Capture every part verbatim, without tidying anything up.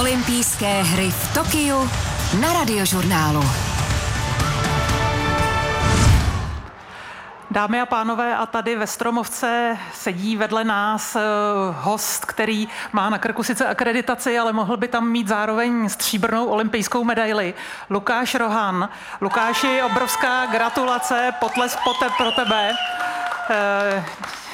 Olympijské hry v Tokiu na Radiožurnálu. Dámy a pánové, a tady ve Stromovce sedí vedle nás host, který má na krku sice akreditaci, ale mohl by tam mít zároveň stříbrnou olympijskou medaili. Lukáš Rohan. Lukáši, obrovská gratulace, potlesk pro tebe. E,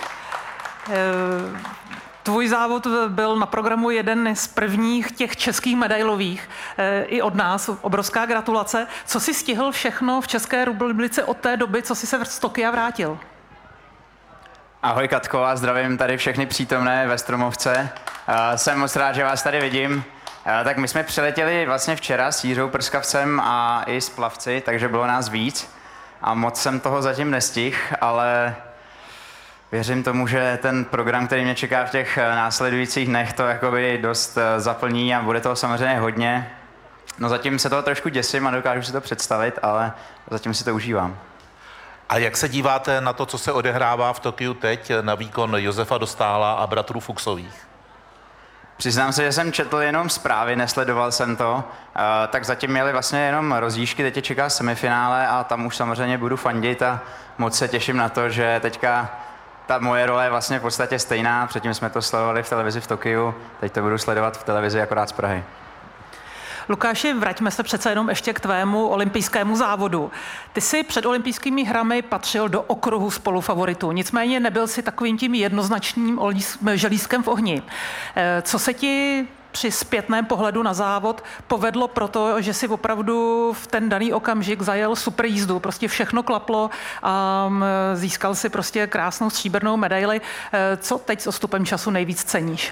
e, Tvůj závod byl na programu jeden z prvních těch českých medailových, e, i od nás. Obrovská gratulace. Co jsi stihl všechno v České republice od té doby, co jsi se z Tokia vrátil? Ahoj Katko, a zdravím tady všechny přítomné ve Stromovce. Uh, jsem moc rád, že vás tady vidím. Uh, tak my jsme přiletěli vlastně včera s Jiřou Prskavcem a i s plavci, takže bylo nás víc. A moc jsem toho zatím nestihl, ale věřím tomu, že ten program, který mě čeká v těch následujících dnech, to jakoby dost zaplní a bude toho samozřejmě hodně. No zatím se toho trošku děsím a dokážu si to představit, ale zatím si to užívám. A jak se díváte na to, co se odehrává v Tokiu teď, na výkon Josefa Dostála a bratrů Fuchsových? Přiznám se, že jsem četl jenom zprávy, nesledoval jsem to, uh, tak zatím měli vlastně jenom rozjížďky, teď je čeká semifinále a tam už samozřejmě budu fandit a moc se těším na to, že teďka ta moje role je vlastně v podstatě stejná, předtím jsme to sledovali v televizi v Tokiu, teď to budu sledovat v televizi akorát z Prahy. Lukáši, vraťme se přece jenom ještě k tvému olympijskému závodu. Ty jsi před olympijskými hrami patřil do okruhu spolufavoritů, nicméně nebyl si takovým tím jednoznačným želízkem v ohni. Co se ti při zpětném pohledu na závod povedlo proto, že si opravdu v ten daný okamžik zajel super jízdu, prostě všechno klaplo a získal si prostě krásnou stříbrnou medaili. Co teď s odstupem času nejvíc ceníš?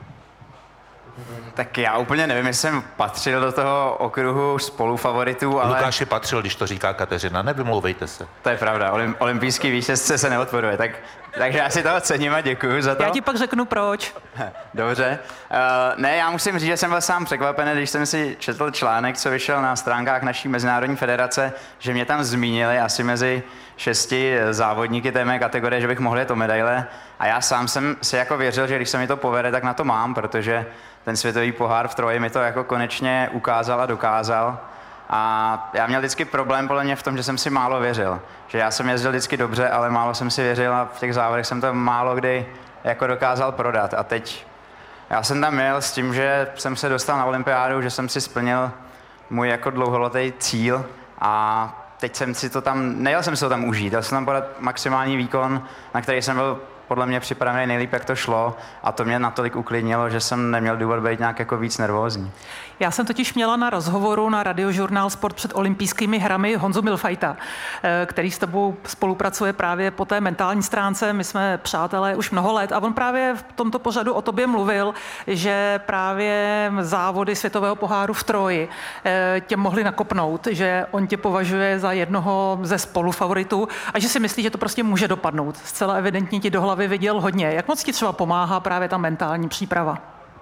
Tak já úplně nevím, jestli jsem patřil do toho okruhu spolufavoritů, ale... Lukáši patřil, když to říká Kateřina, nevymlouvejte se. To je pravda, Olymp- olympijský vítězce se neodporuje, tak, takže já si toho cením a děkuju za to. Já ti pak řeknu proč. Dobře. Uh, ne, já musím říct, že jsem byl sám překvapený, když jsem si četl článek, co vyšel na stránkách naší mezinárodní federace, že mě tam zmínili asi mezi šesti závodníky té mé kategorie, že bych mohl jet o medaile. A já sám jsem si jako věřil, že když se mi to povede, tak na to mám, protože ten světový pohár v Troji mi to jako konečně ukázal a dokázal. A já měl vždycky problém podle mě v tom, že jsem si málo věřil. Že já jsem jezdil vždycky dobře, ale málo jsem si věřil a v těch závodech jsem to málo kdy jako dokázal prodat. A teď já jsem tam jel s tím, že jsem se dostal na olympiádu, že jsem si splnil můj jako dlouholetý cíl a teď jsem si to tam, nejel jsem si to tam užít, jel jsem tam podat maximální výkon, na který jsem byl podle mě připravený nejlíp, jak to šlo a to mě natolik uklidnilo, že jsem neměl důvod být nějak jako víc nervózní. Já jsem totiž měla na rozhovoru na Radiožurnál Sport před olympijskými hrami Honzu Milfajta, který s tebou spolupracuje právě po té mentální stránce. My jsme přátelé už mnoho let a on právě v tomto pořadu o tobě mluvil, že právě závody světového poháru v Troji tě mohli nakopnout, že on tě považuje za jednoho ze spolufavoritů a že si myslí, že to prostě může dopadnout. Zcela evidentně ti do hlavy viděl hodně. Jak moc ti třeba pomáhá právě ta mentální příprava?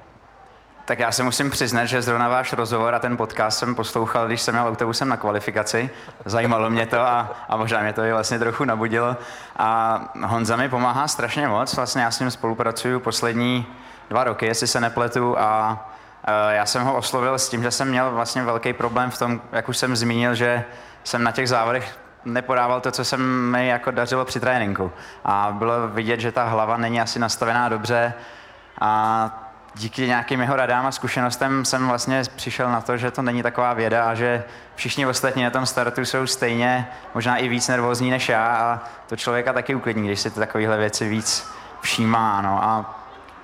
Tak já se musím přiznat, že zrovna váš rozhovor a ten podcast jsem poslouchal, když jsem měl autobusem na kvalifikaci. Zajímalo mě to a, a možná mě to i vlastně trochu nabudilo. A Honza mi pomáhá strašně moc. Vlastně já s ním spolupracuju poslední dva roky, jestli se nepletu. A e, já jsem ho oslovil s tím, že jsem měl vlastně velký problém v tom, jak už jsem zmínil, že jsem na těch závodech nepodával to, co se mi jako dařilo při tréninku. A bylo vidět, že ta hlava není asi nastavená dobře. A díky nějakým jeho radám a zkušenostem jsem vlastně přišel na to, že to není taková věda a že všichni ostatní na tom startu jsou stejně, možná i víc nervózní než já a to člověka taky uklidní, když si to takovéhle věci víc všímá. No. A,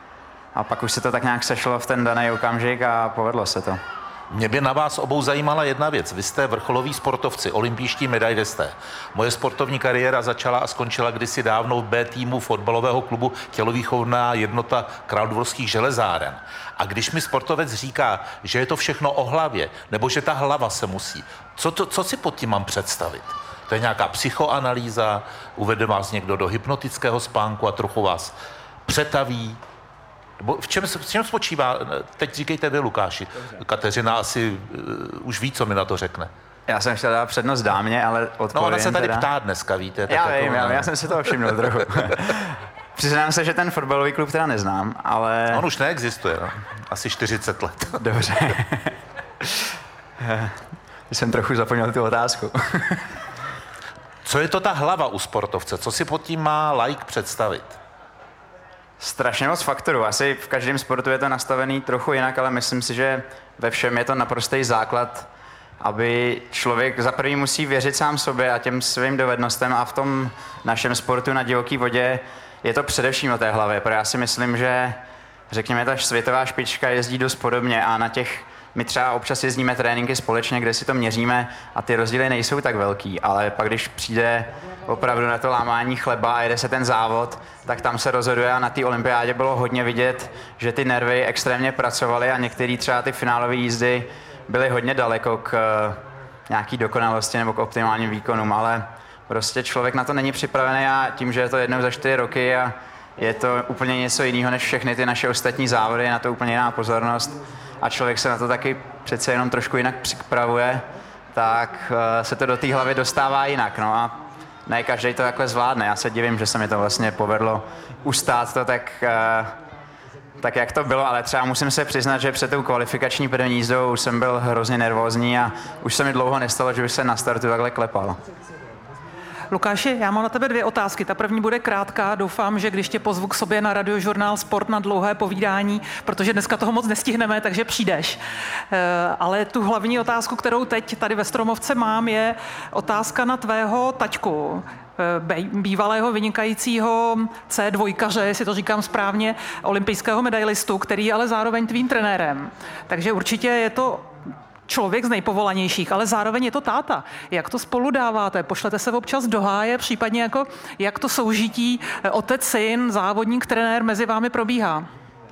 a pak už se to tak nějak sešlo v ten daný okamžik a povedlo se to. Mě by na vás obou zajímala jedna věc. Vy jste vrcholoví sportovci, olympijští medailisté. Moje sportovní kariéra začala a skončila kdysi dávno v B týmu fotbalového klubu Tělovýchovná jednota Královéhradských železáren. A když mi sportovec říká, že je to všechno o hlavě, nebo že ta hlava se musí, co, to, co si pod tím mám představit? To je nějaká psychoanalýza, uvede vás někdo do hypnotického spánku a trochu vás přetaví. V čem, v čem spočívá? Teď říkejte vy, Lukáši. Dobře. Kateřina asi uh, už ví, co mi na to řekne. Já jsem chtěl dát přednost dámě, ale odpovím. No ona se tady teda ptá dneska, víte. Já tak vím, jako, já, já jsem si toho všimnul trochu. Přiznám se, že ten fotbalový klub teda neznám, ale... On už neexistuje, no. Asi čtyřicet let. Dobře. Jsem trochu zapomněl tu otázku. Co je to ta hlava u sportovce? Co si pod tím má laik představit? Strašně moc faktorů. Asi v každém sportu je to nastavený trochu jinak, ale myslím si, že ve všem je to naprostý základ, aby člověk za prvý musí věřit sám sobě a těm svým dovednostem, a v tom našem sportu na divoký vodě je to především o té hlavě, protože já si myslím, že řekněme ta světová špička jezdí dost podobně a na těch my třeba občas jezdíme tréninky společně, kde si to měříme a ty rozdíly nejsou tak velký, ale pak když přijde opravdu na to lámání chleba a jede se ten závod, tak tam se rozhoduje a na té olympiádě bylo hodně vidět, že ty nervy extrémně pracovaly a některé třeba ty finálové jízdy byly hodně daleko k nějaký dokonalosti nebo k optimálním výkonům, ale prostě člověk na to není připravený a tím, že je to jednou za čtyři roky a je to úplně něco jiného než všechny ty naše ostatní závody, je na to úplně jiná pozornost a člověk se na to taky přece jenom trošku jinak připravuje, tak se to do té hlavy dostává jinak. No a ne každý to takhle zvládne. Já se divím, že se mi to vlastně povedlo ustát to tak, tak jak to bylo, ale třeba musím se přiznat, že před tou kvalifikační první jízdou už jsem byl hrozně nervózní a už se mi dlouho nestalo, že bych se na startu takhle klepal. Lukáši, já mám na tebe dvě otázky. Ta první bude krátká. Doufám, že když tě pozvu k sobě na Radiožurnál Sport na dlouhé povídání, protože dneska toho moc nestihneme, takže přijdeš. Ale tu hlavní otázku, kterou teď tady ve Stromovce mám, je otázka na tvého taťku, bývalého vynikajícího cé dva, jestli to říkám správně, olympijského medailistu, který je ale zároveň tvým trenérem. Takže určitě je to člověk z nejpovolanějších, ale zároveň je to táta. Jak to spolu dáváte? Pošlete se občas do háje, případně jako, jak to soužití otec, syn, závodník, trenér mezi vámi probíhá?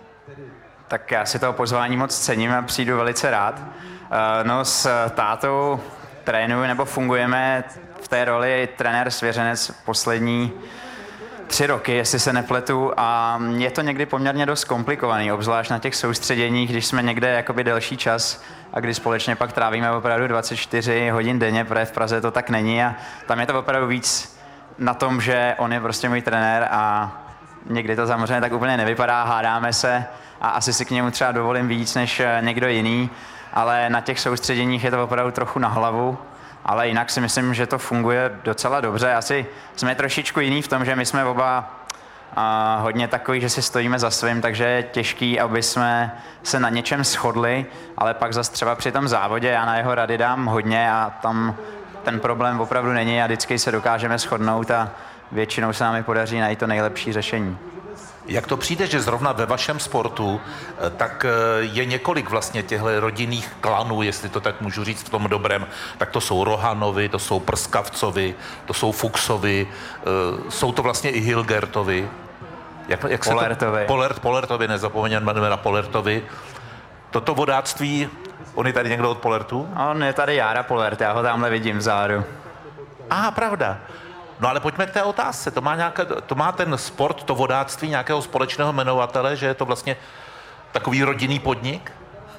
Tak já si toho pozvání moc cením a přijdu velice rád. No s tátou trénuji nebo fungujeme v té roli trenér svěřenec poslední tři roky, jestli se nepletu, a je to někdy poměrně dost komplikovaný, obzvlášť na těch soustředěních, když jsme někde jakoby delší čas a když společně pak trávíme opravdu dvacet čtyři hodin denně, protože v Praze to tak není a tam je to opravdu víc na tom, že on je prostě můj trenér a někdy to samozřejmě tak úplně nevypadá, hádáme se a asi si k němu třeba dovolím víc než někdo jiný, ale na těch soustředěních je to opravdu trochu na hlavu. Ale jinak si myslím, že to funguje docela dobře. Asi jsme trošičku jiný v tom, že my jsme oba a, hodně takový, že si stojíme za svým, takže je těžký, aby jsme se na něčem shodli, ale pak zase třeba při tom závodě já na jeho rady dám hodně a tam ten problém opravdu není a vždycky se dokážeme shodnout a většinou se nám i podaří najít to nejlepší řešení. Jak to přijde, že zrovna ve vašem sportu tak je několik vlastně těchto rodinných klanů, jestli to tak můžu říct v tom dobrém, tak to jsou Rohanovi, to jsou Prskavcovi, to jsou Fuchsovi, jsou to vlastně i Hilgertovi. Jak, jak Polertovi. To, Polert, Polertovi, nezapomeňme na Polertovi. Toto vodáctví, on je tady někdo od Polertu? On je tady Jára Polert, já ho tamhle vidím vzadu. Aha, pravda. No ale pojďme k té otázce. To má, nějaké, to má ten sport, to vodáctví nějakého společného jmenovatele, že je to vlastně takový rodinný podnik?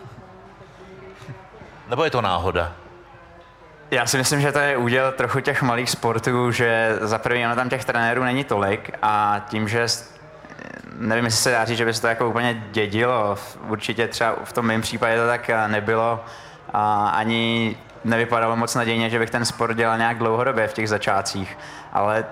Nebo je to náhoda? Já si myslím, že to je úděl trochu těch malých sportů, že za první ono tam těch trenérů není tolik a tím, že nevím, jestli se dá říct, že by se to jako úplně dědilo. Určitě třeba v tom mém případě to tak nebylo a ani nevypadalo moc nadějně, že bych ten sport dělal nějak dlouhodobě v těch začátcích, ale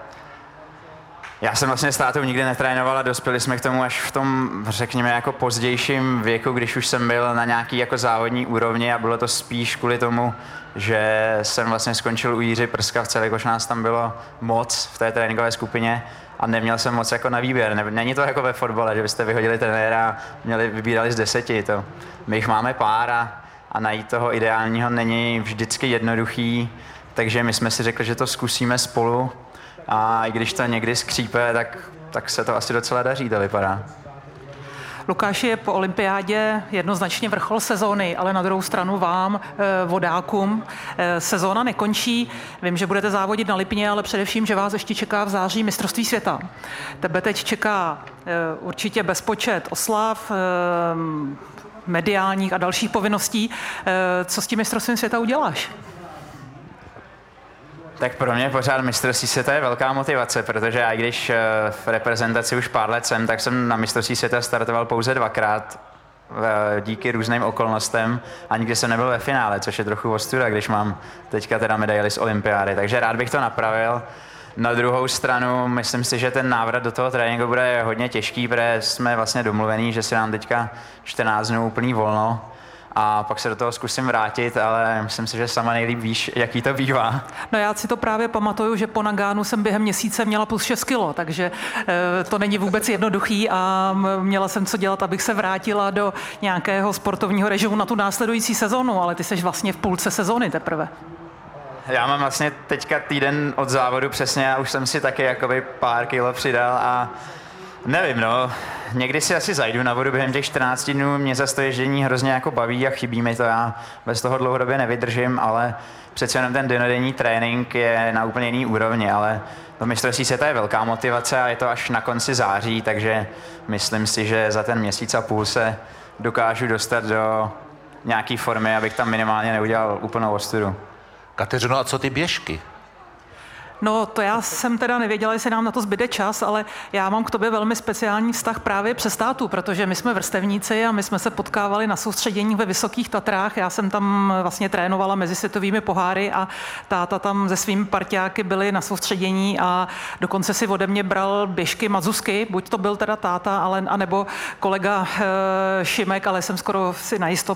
já jsem vlastně s tátou nikdy netrénoval a dospěli jsme k tomu až v tom, řekněme, jako pozdějším věku, když už jsem byl na nějaký jako závodní úrovni a bylo to spíš kvůli tomu, že jsem vlastně skončil u Jiří Prskavce, jakož nás tam bylo moc v té tréninkové skupině a neměl jsem moc jako na výběr. Není to jako ve fotbale, že byste vyhodili trenéra a měli, vybírali z deseti. To. My jich máme pár a a najít toho ideálního není vždycky jednoduchý, takže my jsme si řekli, že to zkusíme spolu a i když to někdy skřípe, tak, tak se to asi docela daří, to vypadá. Lukáši, je po olympiádě jednoznačně vrchol sezóny, ale na druhou stranu vám, vodákům, sezóna nekončí. Vím, že budete závodit na Lipně, ale především, že vás ještě čeká v září mistrovství světa. Tebe teď čeká určitě bezpočet oslav, mediálních a dalších povinností. Co s tím mistrovstvím světa uděláš? Tak pro mě pořád mistrovství světa je velká motivace, protože já když v reprezentaci už pár let jsem, tak jsem na mistrovství světa startoval pouze dvakrát díky různým okolnostem a nikdy jsem nebyl ve finále, což je trochu ostuda, když mám teďka teda medaili z olympiády, takže rád bych to napravil. Na druhou stranu myslím si, že ten návrat do toho tréninku bude hodně těžký, protože jsme vlastně domluvení, že si nám teďka čtrnáct dnů úplný volno a pak se do toho zkusím vrátit, ale myslím si, že sama nejlíp víš, jaký to bývá. No já si to právě pamatuju, že po Nagánu jsem během měsíce měla plus šest kilo, takže e, to není vůbec jednoduchý a měla jsem co dělat, abych se vrátila do nějakého sportovního režimu na tu následující sezonu, ale ty seš vlastně v půlce sezony teprve. Já mám vlastně teďka týden od závodu přesně a už jsem si taky jakoby pár kilo přidal a nevím, no, někdy si asi zajdu na vodu během těch čtrnácti dnů, mě zase to ježdění hrozně jako baví a chybí mi to, já bez toho dlouhodobě nevydržím, ale přece jenom ten denodenní trénink je na úplně jiný úrovni, ale to mistrovství světa je velká motivace a je to až na konci září, takže myslím si, že za ten měsíc a půl se dokážu dostat do nějaký formy, abych tam minimálně neudělal úplnou ostudu. Kateřino, a co ty běžky? No to já jsem teda nevěděla, jestli nám na to zbyde čas, ale já mám k tobě velmi speciální vztah právě přes tátu, protože my jsme vrstevníci a my jsme se potkávali na soustředěních ve Vysokých Tatrách. Já jsem tam vlastně trénovala mezi světovými poháry a táta tam se svými parťáky byli na soustředění a dokonce si ode mě bral běžky Mazusky, buď to byl teda táta, ale, anebo kolega e, Šimek, ale jsem skoro si najisto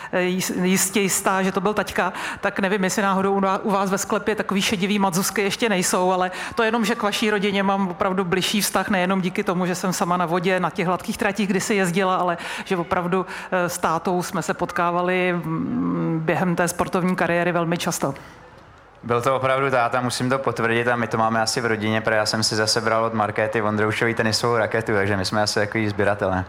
jistě jistá, že to byl taťka, tak nevím, jestli náhodou u vás ve sklepě takový šedivý Mazusky ještě nejsou, ale to jenom, že k vaší rodině mám opravdu bližší vztah, nejenom díky tomu, že jsem sama na vodě na těch hladkých tratích kdysi jezdila, ale že opravdu s tátou jsme se potkávali během té sportovní kariéry velmi často. Byl to opravdu táta, musím to potvrdit a my to máme asi v rodině, protože já jsem si zase bral od Markéty Vondroušový tenisovou raketu, takže my jsme asi takový sběratelé.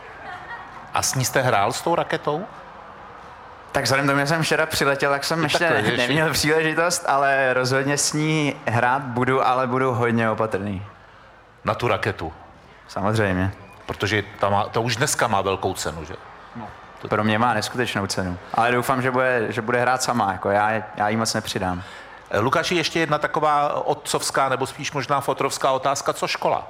A s ní jste hrál s tou raketou? Tak vzhledem tomu, že jsem včera přiletěl, tak jsem ještě takhle, ne, neměl příležitost, ale rozhodně s ní hrát budu, ale budu hodně opatrný. Na tu raketu? Samozřejmě. Protože ta, má, ta už dneska má velkou cenu, že? No. To pro mě má neskutečnou cenu. Ale doufám, že bude, že bude hrát sama, jako já, já jí moc nepřidám. Lukáši, ještě jedna taková otcovská, nebo spíš možná fotrovská otázka, co škola?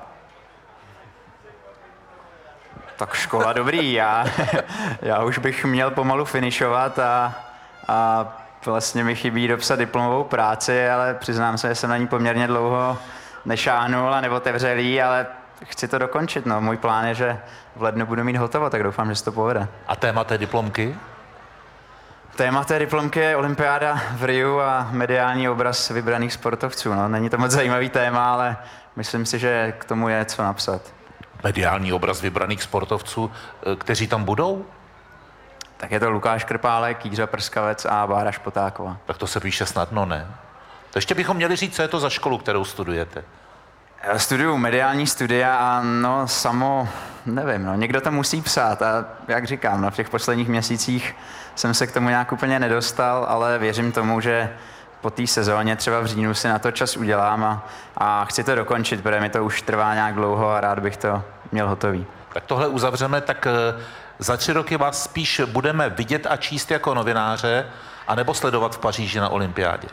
Tak škola dobrý, já, já už bych měl pomalu finišovat a, a vlastně mi chybí dopsat diplomovou práci, ale přiznám se, že jsem na ní poměrně dlouho nešáhnul a neotevřelý, ale chci to dokončit. No. Můj plán je, že v lednu budu mít hotovo, tak doufám, že se to povede. A téma té diplomky? Téma té diplomky je olympiáda v Riu a mediální obraz vybraných sportovců. No. Není to moc zajímavý téma, ale myslím si, že k tomu je co napsat. Mediální obraz vybraných sportovců, kteří tam budou? Tak je to Lukáš Krpálek, Jiřa Prskavec a Bára Špotáková. Tak to se píše snadno, ne? To ještě bychom měli říct, co je to za školu, kterou studujete. Já studuju mediální studia a no samo, nevím, no, někdo to musí psát a jak říkám, no, v těch posledních měsících jsem se k tomu nějak úplně nedostal, ale věřím tomu, že po té sezóně třeba v říjnu si na to čas udělám a, a chci to dokončit, protože mi to už trvá nějak dlouho a rád bych to měl hotový. Tak tohle uzavřeme, tak za tři roky vás spíš budeme vidět a číst jako novináře, anebo sledovat v Paříži na olympiádě?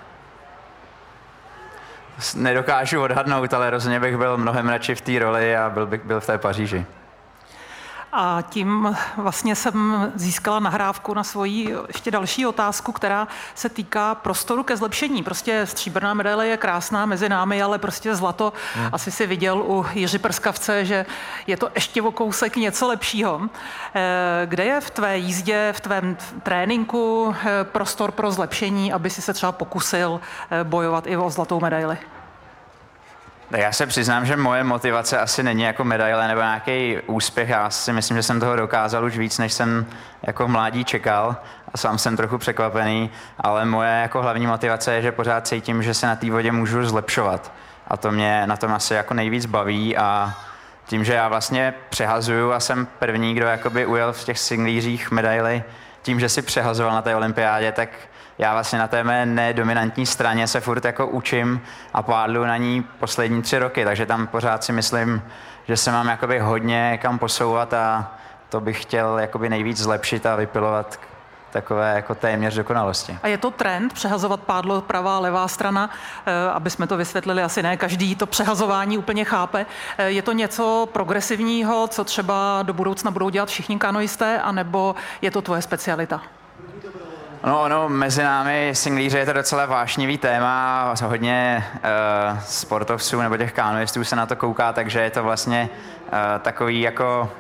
Nedokážu odhadnout, ale rozhodně bych byl mnohem radši v té roli a byl bych byl v té Paříži. A tím vlastně jsem získala nahrávku na svoji ještě další otázku, která se týká prostoru ke zlepšení. Prostě stříbrná medaile je krásná mezi námi, ale prostě zlato, hmm. asi si viděl u Jiří Prskavce, že je to ještě o kousek něco lepšího. Kde je v tvé jízdě, v tvém tréninku prostor pro zlepšení, aby si se třeba pokusil bojovat i o zlatou medaili? Já se přiznám, že moje motivace asi není jako medaile nebo nějaký úspěch. Já si myslím, že jsem toho dokázal už víc, než jsem jako v mládí čekal a sám jsem trochu překvapený, ale moje jako hlavní motivace je, že pořád cítím, že se na té vodě můžu zlepšovat a to mě na tom asi jako nejvíc baví a tím, že já vlastně přehazuju a jsem první, kdo jakoby ujel v těch singlířích medaily, tím, že si přehazoval na té olympiádě, tak já vlastně na té mé nedominantní straně se furt jako učím a pádlu na ní poslední tři roky, takže tam pořád si myslím, že se mám jakoby hodně kam posouvat a to bych chtěl jakoby nejvíc zlepšit a vypilovat takové jako téměř dokonalosti. A je to trend přehazovat pádlo pravá a levá strana, aby jsme to vysvětlili, asi ne každý to přehazování úplně chápe. Je to něco progresivního, co třeba do budoucna budou dělat všichni kanoisté, anebo je to tvoje specialita? No, ono, mezi námi singlíři je to docela vášnivý téma, hodně uh, sportovců nebo těch kanoistů se na to kouká, takže je to vlastně uh, takový jako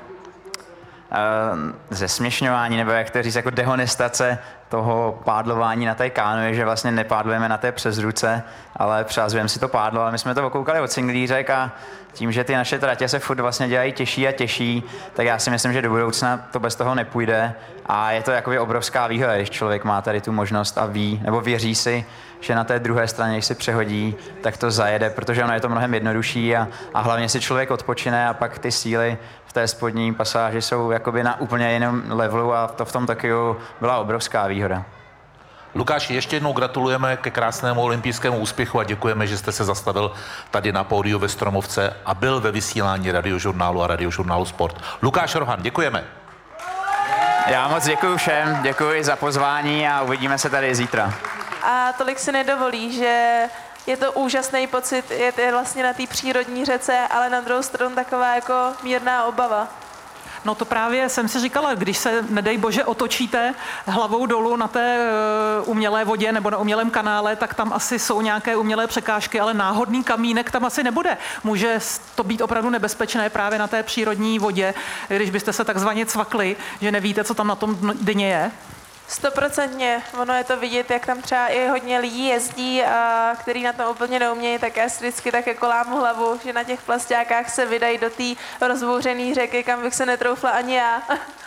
uh, zesměšňování, nebo jak to říct, jako dehonestace toho pádlování na té kánoi, že vlastně nepádlujeme na té přezruce, ale přehazujeme si to pádlo. Ale my jsme to okoukali od singlířek a tím, že ty naše tratě se furt vlastně dělají těžší a těžší, tak já si myslím, že do budoucna to bez toho nepůjde a je to jakoby obrovská výhoda, když člověk má tady tu možnost a ví, nebo věří si, že na té druhé straně, když si přehodí, tak to zajede, protože ono je to mnohem jednodušší a, a hlavně si člověk odpočine a pak ty síly v té spodní pasáži jsou jakoby na úplně jiném levelu a to v tom Tokiu byla obrovská výhoda. Lukáši, ještě jednou gratulujeme ke krásnému olympijskému úspěchu a děkujeme, že jste se zastavil tady na pódiu ve Stromovce a byl ve vysílání Radiožurnálu a Radiožurnálu Sport. Lukáš Rohan, děkujeme. Já moc děkuji všem, děkuji za pozvání a uvidíme se tady zítra. A tolik si nedovolí, že je to úžasný pocit, je to vlastně na té přírodní řece, ale na druhou stranu taková jako mírná obava. No to právě jsem si říkala, když se, nedej bože, otočíte hlavou dolů na té uh, umělé vodě nebo na umělém kanále, tak tam asi jsou nějaké umělé překážky, ale náhodný kamínek tam asi nebude. Může to být opravdu nebezpečné právě na té přírodní vodě, když byste se takzvaně cvakli, že nevíte, co tam na tom dně je. Stoprocentně. Ono je to vidět, jak tam třeba i hodně lidí jezdí, a který na tom úplně neumějí, tak já si vždycky tak jako lámu hlavu, že na těch plasťákách se vydají do té rozbouřené řeky, kam bych se netroufla ani já.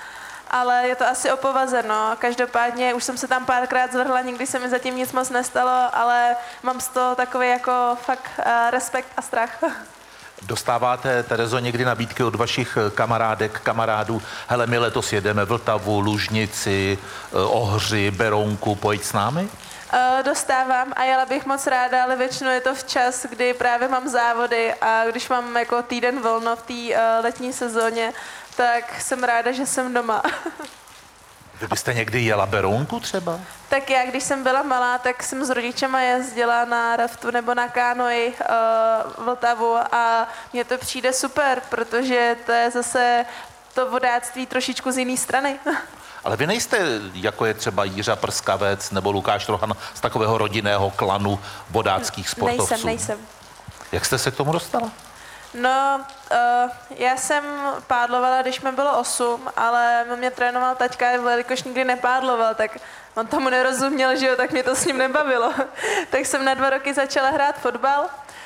Ale je to asi o povaze, no. Každopádně už jsem se tam párkrát zvrhla, nikdy se mi zatím nic moc nestalo, ale mám z toho takový jako fakt uh, respekt a strach. Dostáváte, Terezo, někdy nabídky od vašich kamarádek, kamarádů? Hele, my letos jedeme Vltavu, Lužnici, Ohři, Berounku, pojď s námi? Dostávám a jela bych moc ráda, ale většinou je to včas, kdy právě mám závody a když mám jako týden volno v té letní sezóně, tak jsem ráda, že jsem doma. Vy byste někdy jela Berounku třeba? Tak já, když jsem byla malá, tak jsem s rodičema jezdila na raftu nebo na kánoji uh, Vltavu a mně to přijde super, protože to je zase to vodáctví trošičku z jiné strany. Ale vy nejste, jako je třeba Jiřa Prskavec nebo Lukáš Rohan, z takového rodinného klanu vodáckých sportovců? Nejsem, nejsem. Jak jste se k tomu dostala? No, uh, já jsem pádlovala, když mi bylo osm, ale mě trénoval taťka, jelikož nikdy nepádloval, tak on tomu nerozuměl, že jo, tak mě to s ním nebavilo. Tak jsem na dva roky začala hrát fotbal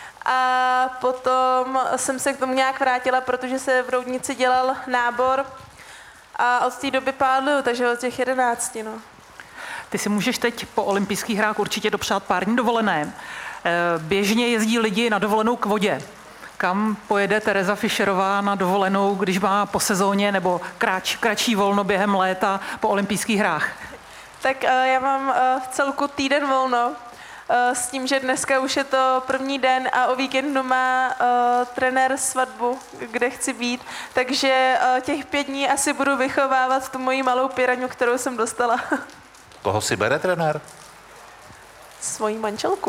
a potom jsem se k tomu nějak vrátila, protože se v Roudnici dělal nábor a od té doby pádluju, takže od těch jedenácti, no. Ty si můžeš teď po olympijských hrách určitě dopřát pár dní dovolené. Běžně jezdí lidi na dovolenou k vodě. Kam pojede Tereza Fischerová na dovolenou, když má po sezóně nebo kráč, kratší volno během léta po olympijských hrách? Tak uh, já mám uh, v celku týden volno, uh, s tím, že dneska už je to první den a o víkendu má uh, trenér svatbu, kde chci být, takže uh, těch pět dní asi budu vychovávat tu moji malou piraňu, kterou jsem dostala. Koho si bere trenér? Svoji manželku.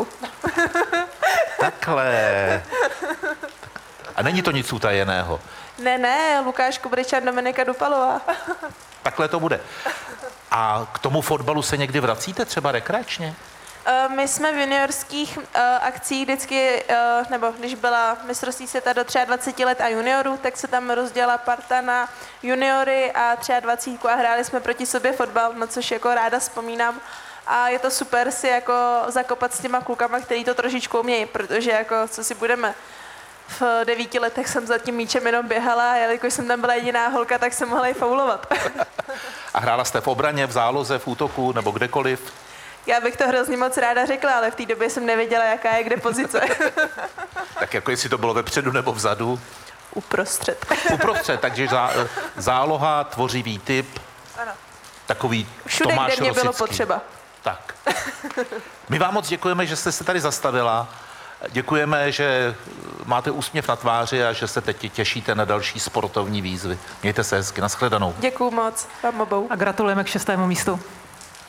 Takhle. A není to nic utajeného? Ne, ne, Lukáš Kubrič a Dominika Dupalová. Takhle to bude. A k tomu fotbalu se někdy vracíte třeba rekreačně? My jsme v juniorských uh, akcích vždycky, uh, nebo když byla mistrovství světa do dvacet tři let a juniorů, tak se tam rozdělala parta na juniory a dvacet tři a hráli jsme proti sobě fotbal, na což jako ráda vzpomínám. A je to super si jako zakopat s těma klukama, který to trošičku umějí, protože jako, co si budeme, v devíti letech jsem za tím míčem jenom běhala a jelikož jsem tam byla jediná holka, tak jsem mohla i faulovat. A hrála jste v obraně, v záloze, v útoku nebo kdekoliv? Já bych to hrozně moc ráda řekla, ale v té době jsem nevěděla, jaká je kde pozice. Tak jako jestli to bylo vepředu nebo vzadu? Uprostřed. Uprostřed, takže zá, záloha, tvořivý typ. Ano. Takový všude, Tomáš kde mě Rosický. bylo potřeba. Tak. My vám moc děkujeme, že jste se tady zastavila. Děkujeme, že máte úsměv na tváři a že se teď těšíte na další sportovní výzvy. Mějte se hezky, nashledanou. Děkuju moc, vám obou. A gratulujeme k šestému místu.